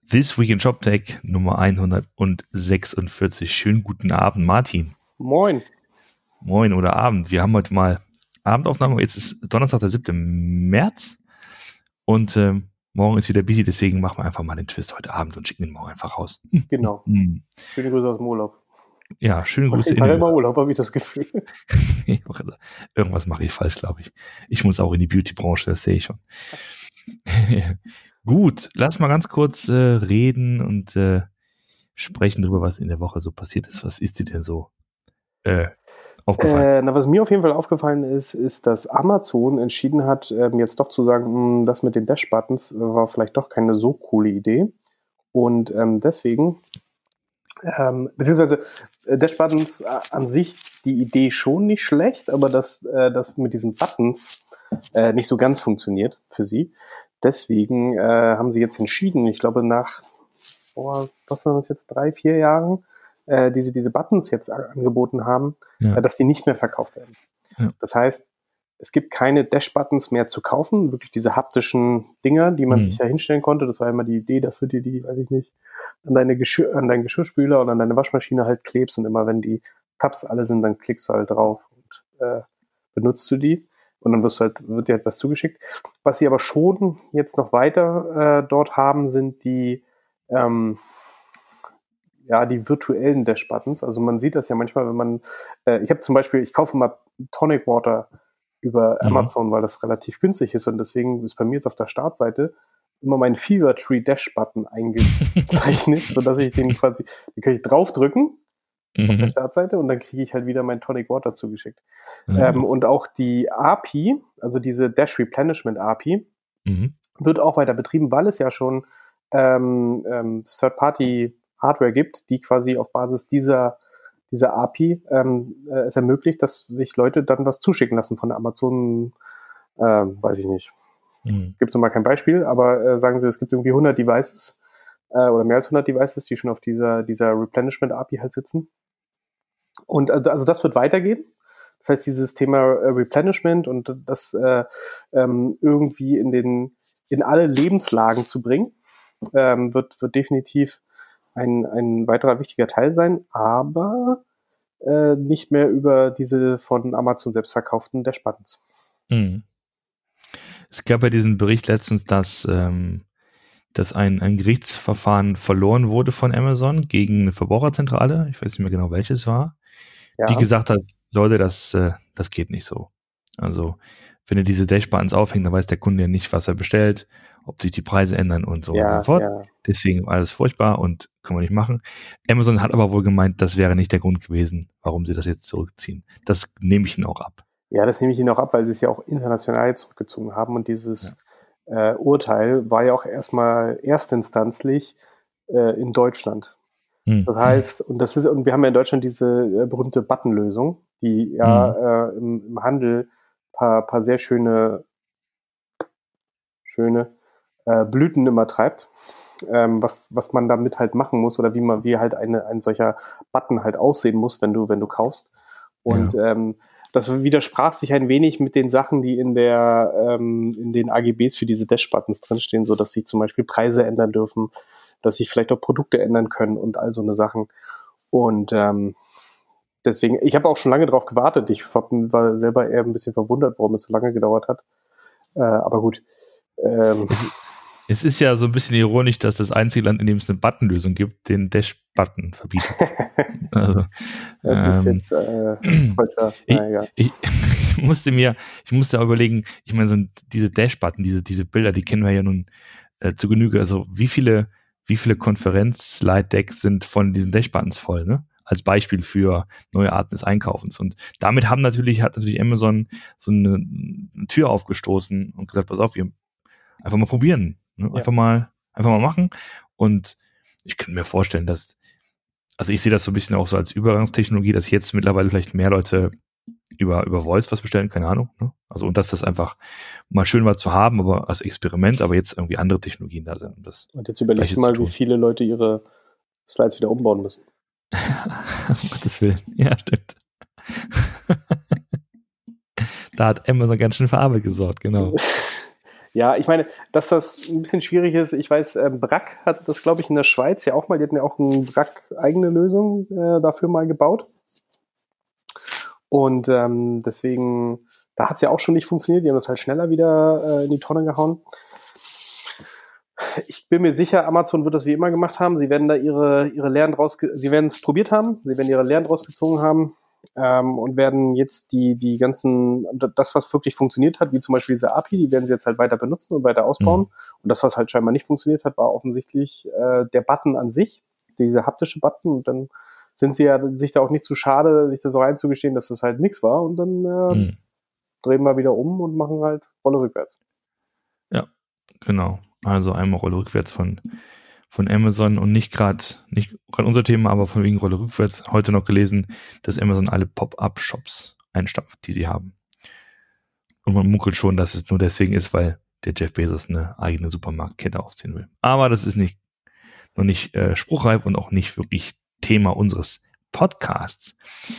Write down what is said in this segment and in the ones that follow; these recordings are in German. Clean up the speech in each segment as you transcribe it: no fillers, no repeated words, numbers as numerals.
This Week in ShopTech Nummer 146. Schönen guten Abend, Martin. Moin. Moin oder Abend. Wir haben heute mal Abendaufnahme. Jetzt ist Donnerstag, der 7. März. Und morgen ist wieder busy, deswegen machen wir einfach mal den Twist heute Abend und schicken ihn morgen einfach raus. Genau. Schöne Grüße aus dem Urlaub. Ja, schöne Grüße. Ich mache immer Urlaub, habe ich das Gefühl. Irgendwas mache ich falsch, glaube ich. Ich muss auch in die Beauty-Branche, das sehe ich schon. Gut, lass mal ganz kurz reden und sprechen darüber, was in der Woche so passiert ist. Was ist dir denn so aufgefallen? Was mir auf jeden Fall aufgefallen ist, dass Amazon entschieden hat, jetzt doch zu sagen, das mit den Dash-Buttons war vielleicht doch keine so coole Idee. Und deswegen, beziehungsweise Dash-Buttons an sich, die Idee schon nicht schlecht, aber dass das mit diesen Buttons nicht so ganz funktioniert für sie. Deswegen haben sie jetzt entschieden, ich glaube nach, was waren das jetzt, 3-4 Jahren, die sie diese Buttons jetzt angeboten haben, dass die nicht mehr verkauft werden. Ja. Das heißt, es gibt keine Dash-Buttons mehr zu kaufen, wirklich diese haptischen Dinger, die man sich ja hinstellen konnte. Das war immer die Idee, dass du dir die, weiß ich nicht, an deinen Geschirrspüler und an deine Waschmaschine halt klebst und immer wenn die Tabs alle sind, dann klickst du halt drauf und benutzt du die. Und dann wird dir etwas zugeschickt. Was sie aber schon jetzt noch weiter dort haben, sind die virtuellen Dash-Buttons. Also man sieht das ja manchmal, wenn man, ich kaufe mal Tonic Water über Amazon, weil das relativ günstig ist und deswegen ist bei mir jetzt auf der Startseite immer mein Fever Tree Dash-Button eingezeichnet, sodass ich den kann ich draufdrücken auf der Startseite und dann kriege ich halt wieder mein Tonic Water zugeschickt. Und auch die API, also diese Dash Replenishment API, wird auch weiter betrieben, weil es ja schon Third-Party Hardware gibt, die quasi auf Basis dieser API es ermöglicht, dass sich Leute dann was zuschicken lassen von Amazon, weiß ich nicht. Gibt es noch mal kein Beispiel, aber sagen Sie, es gibt irgendwie 100 Devices oder mehr als 100 Devices, die schon auf dieser Replenishment API halt sitzen. Und also das wird weitergehen. Das heißt, dieses Thema Replenishment und das irgendwie in alle Lebenslagen zu bringen, wird definitiv ein weiterer wichtiger Teil sein, aber nicht mehr über diese von Amazon selbst verkauften Dash-Buttons. Es gab ja diesen Bericht letztens, dass ein Gerichtsverfahren verloren wurde von Amazon gegen eine Verbraucherzentrale, ich weiß nicht mehr genau, welches war, die gesagt hat, Leute, das geht nicht so. Also, wenn ihr diese Dash-Buttons aufhängt, dann weiß der Kunde ja nicht, was er bestellt, ob sich die Preise ändern und so und so fort. Ja. Deswegen alles furchtbar und können wir nicht machen. Amazon hat aber wohl gemeint, das wäre nicht der Grund gewesen, warum sie das jetzt zurückziehen. Das nehme ich ihnen auch ab. Ja, das nehme ich ihnen auch ab, weil sie es ja auch international zurückgezogen haben und dieses Urteil war ja auch erstmal erstinstanzlich in Deutschland. Das heißt, und wir haben ja in Deutschland diese berühmte Buttonlösung, die im Handel paar sehr schöne Blüten immer treibt, was man damit halt machen muss oder wie halt ein solcher Button halt aussehen muss, wenn du kaufst. Und das widersprach sich ein wenig mit den Sachen, die in den AGBs für diese Dash-Buttons drinstehen, so dass sich zum Beispiel Preise ändern dürfen, dass sich vielleicht auch Produkte ändern können und all so eine Sachen. Und deswegen, ich habe auch schon lange drauf gewartet. Ich war selber eher ein bisschen verwundert, warum es so lange gedauert hat. Aber gut. Es ist ja so ein bisschen ironisch, dass das einzige Land, in dem es eine Buttonlösung gibt, den Dash-Button verbietet. Also, das ist jetzt ich musste auch überlegen, ich meine, so diese Dash-Button, diese Bilder, die kennen wir ja nun zu Genüge. Also wie viele Konferenz-Slide-Decks sind von diesen Dash-Buttons voll, ne? Als Beispiel für neue Arten des Einkaufens. Und damit hat natürlich Amazon so eine Tür aufgestoßen und gesagt, pass auf, wir einfach mal probieren. Ne? Einfach mal machen. Und ich könnte mir vorstellen, also ich sehe das so ein bisschen auch so als Übergangstechnologie, dass jetzt mittlerweile vielleicht mehr Leute über Voice was bestellen, keine Ahnung. Ne? Also und dass das einfach mal schön war zu haben, aber als Experiment, aber jetzt irgendwie andere Technologien da sind. Und jetzt überleg mal, wie viele Leute ihre Slides wieder umbauen müssen. Um Gottes Willen. Ja, stimmt. Da hat Amazon ganz schön für Arbeit gesorgt, genau. Ja, ich meine, dass das ein bisschen schwierig ist, ich weiß, Brack hat das, glaube ich, in der Schweiz ja auch mal, die hatten ja auch eine Brack-eigene Lösung dafür mal gebaut. Und deswegen, da hat es ja auch schon nicht funktioniert, die haben das halt schneller wieder in die Tonne gehauen. Ich bin mir sicher, Amazon wird das wie immer gemacht haben. Sie werden da ihre Lehren sie werden es probiert haben, sie werden ihre Lehren draus gezogen haben. Und werden jetzt die ganzen, das, was wirklich funktioniert hat, wie zum Beispiel diese API, die werden sie jetzt halt weiter benutzen und weiter ausbauen. Und das, was halt scheinbar nicht funktioniert hat, war offensichtlich der Button an sich, dieser haptische Button. Und dann sind sie ja sich da auch nicht zu schade, sich das so einzugestehen, dass das halt nichts war. Und dann drehen wir wieder um und machen halt Rolle rückwärts. Ja, genau. Also einmal Rolle rückwärts von Amazon und nicht gerade unser Thema, aber von wegen Rolle rückwärts heute noch gelesen, dass Amazon alle Pop-up-Shops einstampft, die sie haben. Und man munkelt schon, dass es nur deswegen ist, weil der Jeff Bezos eine eigene Supermarktkette aufziehen will. Aber das ist noch nicht spruchreif und auch nicht wirklich Thema unseres Podcasts.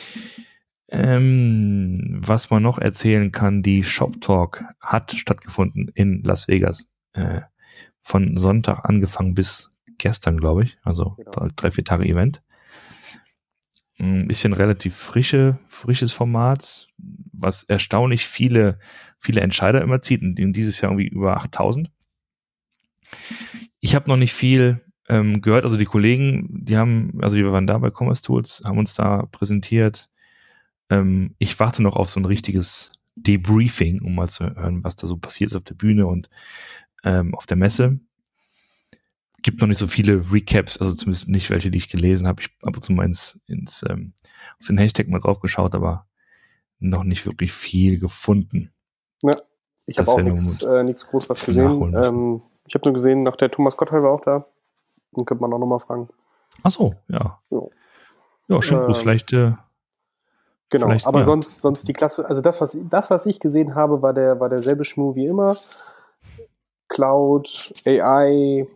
Was man noch erzählen kann, die Shop Talk hat stattgefunden in Las Vegas. Von Sonntag angefangen bis gestern, glaube ich. Also 3-4 Tage Event. Ein bisschen relativ frisches Format, was erstaunlich viele Entscheider immer zieht. Und dieses Jahr irgendwie über 8.000. Ich habe noch nicht viel gehört. Also die Kollegen, wir waren da bei Commerce Tools, haben uns da präsentiert. Ich warte noch auf so ein richtiges Debriefing, um mal zu hören, was da so passiert ist auf der Bühne und auf der Messe. Gibt noch nicht so viele Recaps, also zumindest nicht welche, die ich gelesen habe. Ich habe ab und zu mal auf den Hashtag mal drauf geschaut, aber noch nicht wirklich viel gefunden. Ja, ich habe auch nichts groß was gesehen. Ich habe nur gesehen, nach der Thomas Gottschalk war auch da. Den könnte man auch nochmal fragen. Ach so, ja. Ja, schön groß, vielleicht. Genau, vielleicht, aber ja. sonst die Klasse, also das, was ich gesehen habe, war derselbe Schmuh wie immer. Cloud, AI,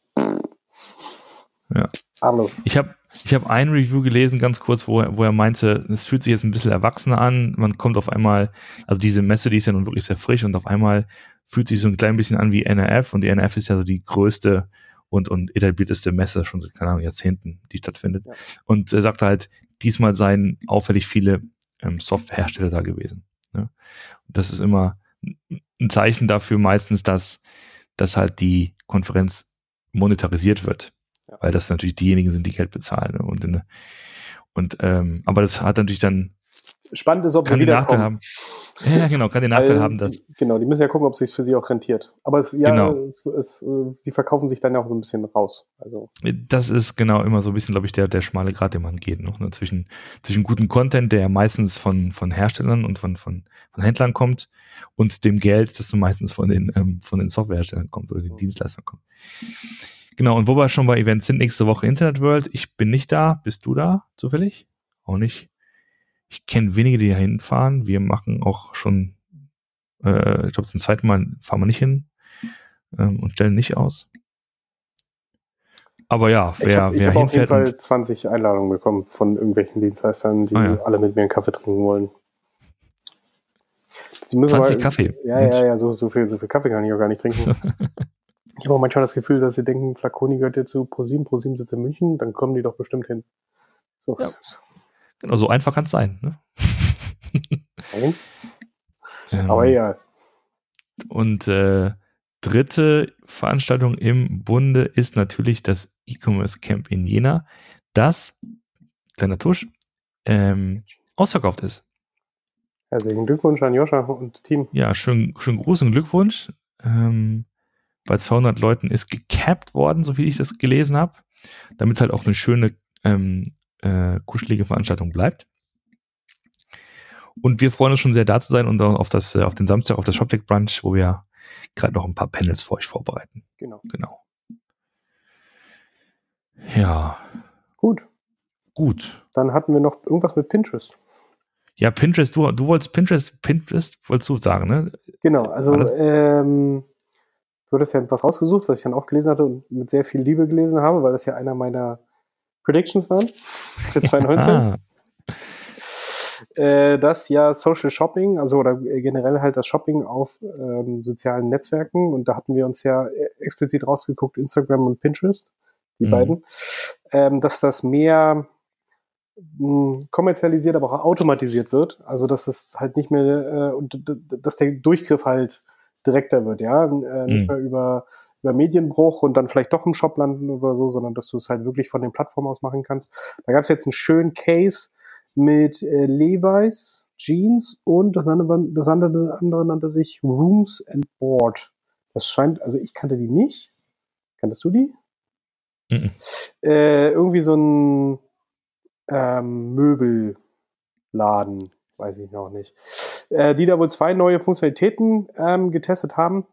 ja. Alles. Ich hab ein Review gelesen, ganz kurz, wo er meinte, es fühlt sich jetzt ein bisschen erwachsener an. Man kommt auf einmal, also diese Messe, die ist ja nun wirklich sehr frisch und auf einmal fühlt sich so ein klein bisschen an wie NRF und die NRF ist ja so die größte und etablierteste Messe schon seit, keine Ahnung, Jahrzehnten, die stattfindet. Ja. Und er sagte halt, diesmal seien auffällig viele Softwarehersteller da gewesen. Ne? Und das ist immer ein Zeichen dafür meistens, dass halt die Konferenz monetarisiert wird. Ja. Weil das natürlich diejenigen sind, die Geld bezahlen. Ne? Aber das hat natürlich dann spannend ist, ob sie wiederkommen. Ja, genau, kann den Nachteil haben, dass... Genau, die müssen ja gucken, ob es sich für sie auch rentiert. Aber sie verkaufen sich dann ja auch so ein bisschen raus. Also. Das ist genau immer so ein bisschen, glaube ich, der schmale Grat, den man geht. Ne? Zwischen gutem Content, der ja meistens von Herstellern und von Händlern kommt und dem Geld, das meistens von den Softwareherstellern kommt oder den Dienstleistern kommt. Genau, und wo wir schon bei Events sind, nächste Woche Internet World. Ich bin nicht da. Bist du da zufällig? Auch nicht. Ich kenne wenige, die da hinfahren. Wir machen auch schon, ich glaube, zum zweiten Mal fahren wir nicht hin und stellen nicht aus. Aber ja, wer hinfährt. Ich habe auf jeden Fall 20 Einladungen bekommen von irgendwelchen Dienstleistern, die alle mit mir einen Kaffee trinken wollen. 20 Kaffee? Ja, so viel Kaffee kann ich auch gar nicht trinken. Ich habe auch manchmal das Gefühl, dass sie denken, Flaconi gehört jetzt zu ProSieben sitzt in München, dann kommen die doch bestimmt hin. So. Ja. Genau, so einfach kann es sein. Ne? Nein. Aber ja. Und dritte Veranstaltung im Bunde ist natürlich das E-Commerce Camp in Jena, das, kleiner Tusch, ausverkauft ist. Herzlichen Glückwunsch an Joscha und Team. Ja, schön großen Glückwunsch. Bei 200 Leuten ist gecapped worden, so wie ich das gelesen habe, damit es halt auch eine schöne kuschelige Veranstaltung bleibt. Und wir freuen uns schon sehr, da zu sein und auf den Samstag, auf das ShopTech Brunch, wo wir gerade noch ein paar Panels für euch vorbereiten. Genau. Ja. Gut. Dann hatten wir noch irgendwas mit Pinterest. Ja, Pinterest, du wolltest Pinterest wolltest du sagen, ne? Genau, also du hattest ja was rausgesucht, was ich dann auch gelesen hatte und mit sehr viel Liebe gelesen habe, weil das ja einer meiner Predictions waren für 2019. dass ja Social Shopping, also oder generell halt das Shopping auf sozialen Netzwerken, und da hatten wir uns ja explizit rausgeguckt, Instagram und Pinterest, die beiden, dass das mehr kommerzialisiert, aber auch automatisiert wird. Also dass das halt nicht mehr, dass der Durchgriff halt direkter wird, ja. Nicht mehr über Medienbruch und dann vielleicht doch im Shop landen oder so, sondern dass du es halt wirklich von den Plattformen aus machen kannst. Da gab es jetzt einen schönen Case mit Levi's Jeans und das andere nannte sich Rooms and Board. Das scheint, also ich kannte die nicht. Kanntest du die? Irgendwie so ein Möbelladen, weiß ich noch nicht. Die da wohl 2 neue Funktionalitäten getestet haben.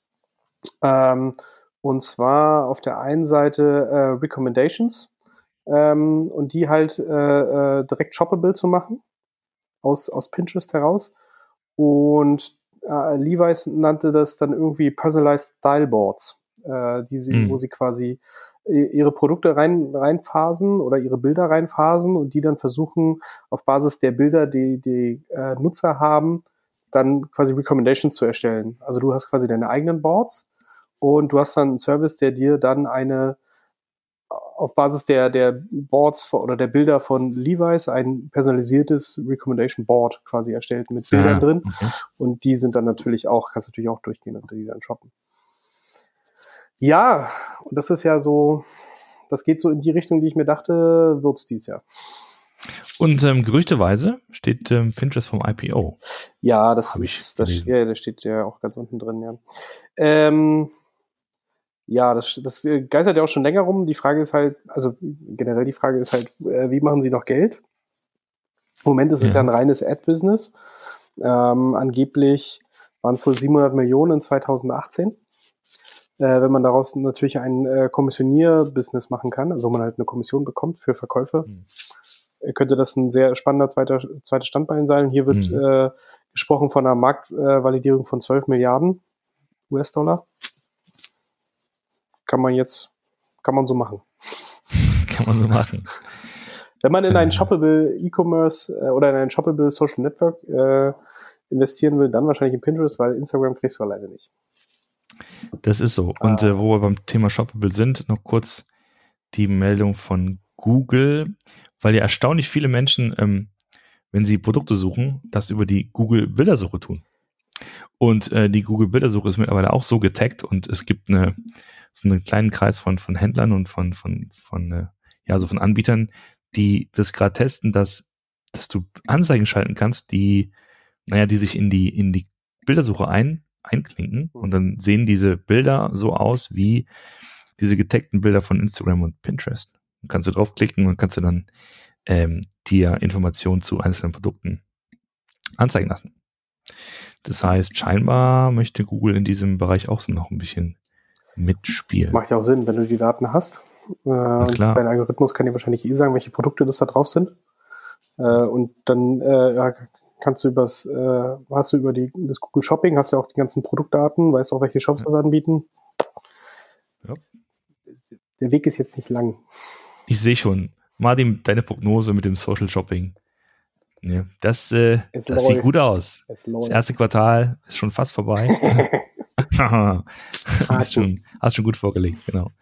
Und zwar auf der einen Seite Recommendations und die halt direkt shoppable zu machen aus Pinterest heraus. Und Levi's nannte das dann irgendwie Personalized Style Boards, wo sie quasi ihre Produkte reinphasen oder ihre Bilder reinphasen und die dann versuchen, auf Basis der Bilder, die Nutzer haben, dann quasi Recommendations zu erstellen. Also du hast quasi deine eigenen Boards und du hast dann einen Service, der dir dann auf Basis der Boards oder der Bilder von Levi's ein personalisiertes Recommendation Board quasi erstellt mit Bildern drin. Okay. Und die sind dann natürlich auch, kannst natürlich auch durchgehen und die dann shoppen. Ja, und das ist ja so, das geht so in die Richtung, die ich mir dachte, wird's dies Jahr. Und gerüchteweise steht Pinterest vom IPO. Ja, das steht ja auch ganz unten drin, ja. Ja, das geistert ja auch schon länger rum. Die Frage ist halt, also generell die Frage ist halt, wie machen sie noch Geld? Im Moment ist es ja ein reines Ad-Business. Angeblich waren es wohl 700 Millionen in 2018. Wenn man daraus natürlich ein Kommissionier-Business machen kann, also wo man halt eine Kommission bekommt für Verkäufe, könnte das ein sehr spannender zweites Standbein sein. Und hier wird gesprochen von einer Marktvalidierung von 12 Milliarden US-Dollar. Kann man so machen. Kann man so machen. Wenn man in einen shoppable E-Commerce oder in ein shoppable Social Network investieren will, dann wahrscheinlich in Pinterest, weil Instagram kriegst du alleine nicht. Das ist so. Und wo wir beim Thema shoppable sind, noch kurz die Meldung von Google, weil ja erstaunlich viele Menschen, wenn sie Produkte suchen, das über die Google-Bildersuche tun. Und die Google-Bildersuche ist mittlerweile auch so getaggt und es gibt so einen kleinen Kreis von Händlern und von Anbietern, die das gerade testen, dass du Anzeigen schalten kannst, die sich in die Bildersuche einklinken und dann sehen diese Bilder so aus wie diese getaggten Bilder von Instagram und Pinterest. Dann kannst du draufklicken und kannst du dann dir Informationen zu einzelnen Produkten anzeigen lassen. Das heißt, scheinbar möchte Google in diesem Bereich auch so noch ein bisschen mitspielen. Macht ja auch Sinn, wenn du die Daten hast. Und dein Algorithmus kann dir wahrscheinlich sagen, welche Produkte das da drauf sind. Und dann kannst du hast du über das Google Shopping, hast du auch die ganzen Produktdaten, weißt auch, welche Shops das anbieten. Ja. Der Weg ist jetzt nicht lang. Ich sehe schon. Martin, deine Prognose mit dem Social Shopping. Ja, das sieht gut aus. Das erste Quartal ist schon fast vorbei. Hast schon gut vorgelegt, genau.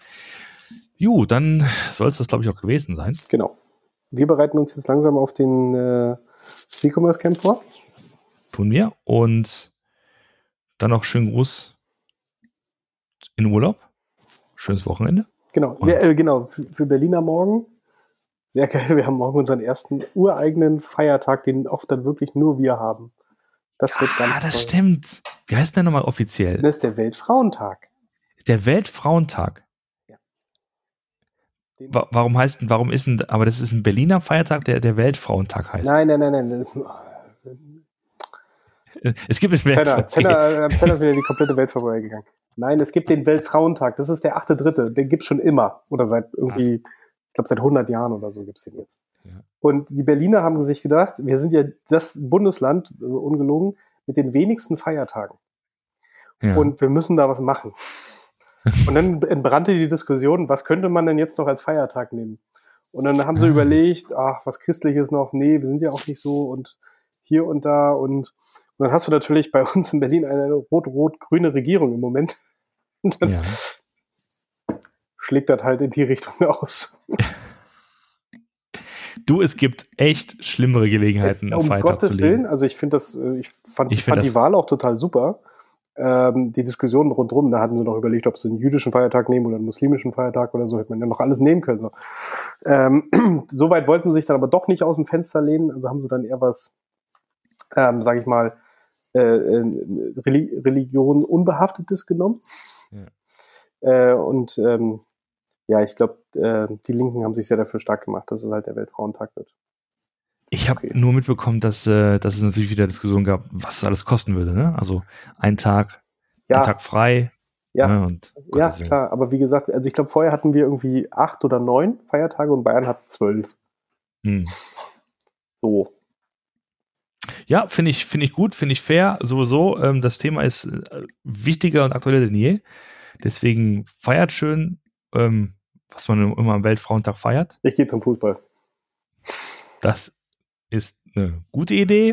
Dann soll es das, glaube ich, auch gewesen sein. Genau. Wir bereiten uns jetzt langsam auf den E-Commerce Camp vor. Tun wir. Und dann noch schönen Gruß in Urlaub. Schönes Wochenende. Genau. Für Berliner morgen. Sehr geil. Wir haben morgen unseren ersten ureigenen Feiertag, den auch dann wirklich nur wir haben. Das wird ganz toll. Das stimmt. Wie heißt der nochmal offiziell? Das ist der Weltfrauentag. Der Weltfrauentag. Ja. Warum ist denn, aber das ist ein Berliner Feiertag, der Weltfrauentag heißt? Nein. Es gibt einen Zenner ist wieder die komplette Welt vorbeigegangen. Nein, es gibt den Weltfrauentag. Das ist der 8.3. Den gibt's schon immer. Oder seit irgendwie, ich glaube seit 100 Jahren oder so gibt's den jetzt. Ja. Und die Berliner haben sich gedacht, wir sind ja das Bundesland, ungelogen, mit den wenigsten Feiertagen. Ja. Und wir müssen da was machen. Und dann entbrannte die Diskussion, was könnte man denn jetzt noch als Feiertag nehmen? Und dann haben sie überlegt, was Christliches noch? Nee, wir sind ja auch nicht so. Und hier und da. Und dann hast du natürlich bei uns in Berlin eine rot-rot-grüne Regierung im Moment. Und dann schlägt das halt in die Richtung aus. Du, es gibt echt schlimmere Gelegenheiten, um Gottes Willen, also ich fand die Wahl auch total super. Die Diskussionen rundherum, da hatten sie noch überlegt, ob sie einen jüdischen Feiertag nehmen oder einen muslimischen Feiertag oder so, hätte man ja noch alles nehmen können. So. Soweit wollten sie sich dann aber doch nicht aus dem Fenster lehnen, also haben sie dann eher was, sage ich mal, Religion Unbehaftetes genommen. Ja. Ich glaube, die Linken haben sich sehr dafür stark gemacht, dass es halt der Weltfrauentag wird. Ich habe nur mitbekommen, dass es natürlich wieder Diskussionen gab, was es alles kosten würde. Ne? Also ein Tag frei. Ja, und ja, klar. Aber wie gesagt, also ich glaube, vorher hatten wir irgendwie 8 oder 9 Feiertage und Bayern hat 12. So. Ja, finde ich gut, finde ich fair. Sowieso, das Thema ist wichtiger und aktueller denn je. Deswegen feiert schön, was man immer am Weltfrauentag feiert. Ich gehe zum Fußball. Das ist eine gute Idee.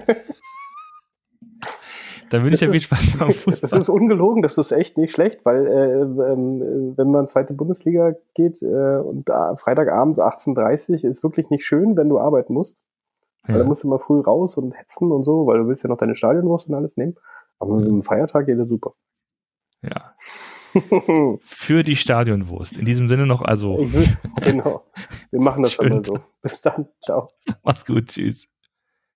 Dann wünsche ich dir viel Spaß beim Fußball. Das ist ungelogen, das ist echt nicht schlecht, weil wenn man zweite Bundesliga geht und Freitagabends 18:30 ist wirklich nicht schön, wenn du arbeiten musst. Weil da musst du mal früh raus und hetzen und so, weil du willst ja noch deine Stadionwurst und alles nehmen. Aber mit einem Feiertag geht das super. Ja. Für die Stadionwurst. In diesem Sinne noch, also. Genau. Wir machen das dann mal so. Bis dann. Ciao. Mach's gut. Tschüss.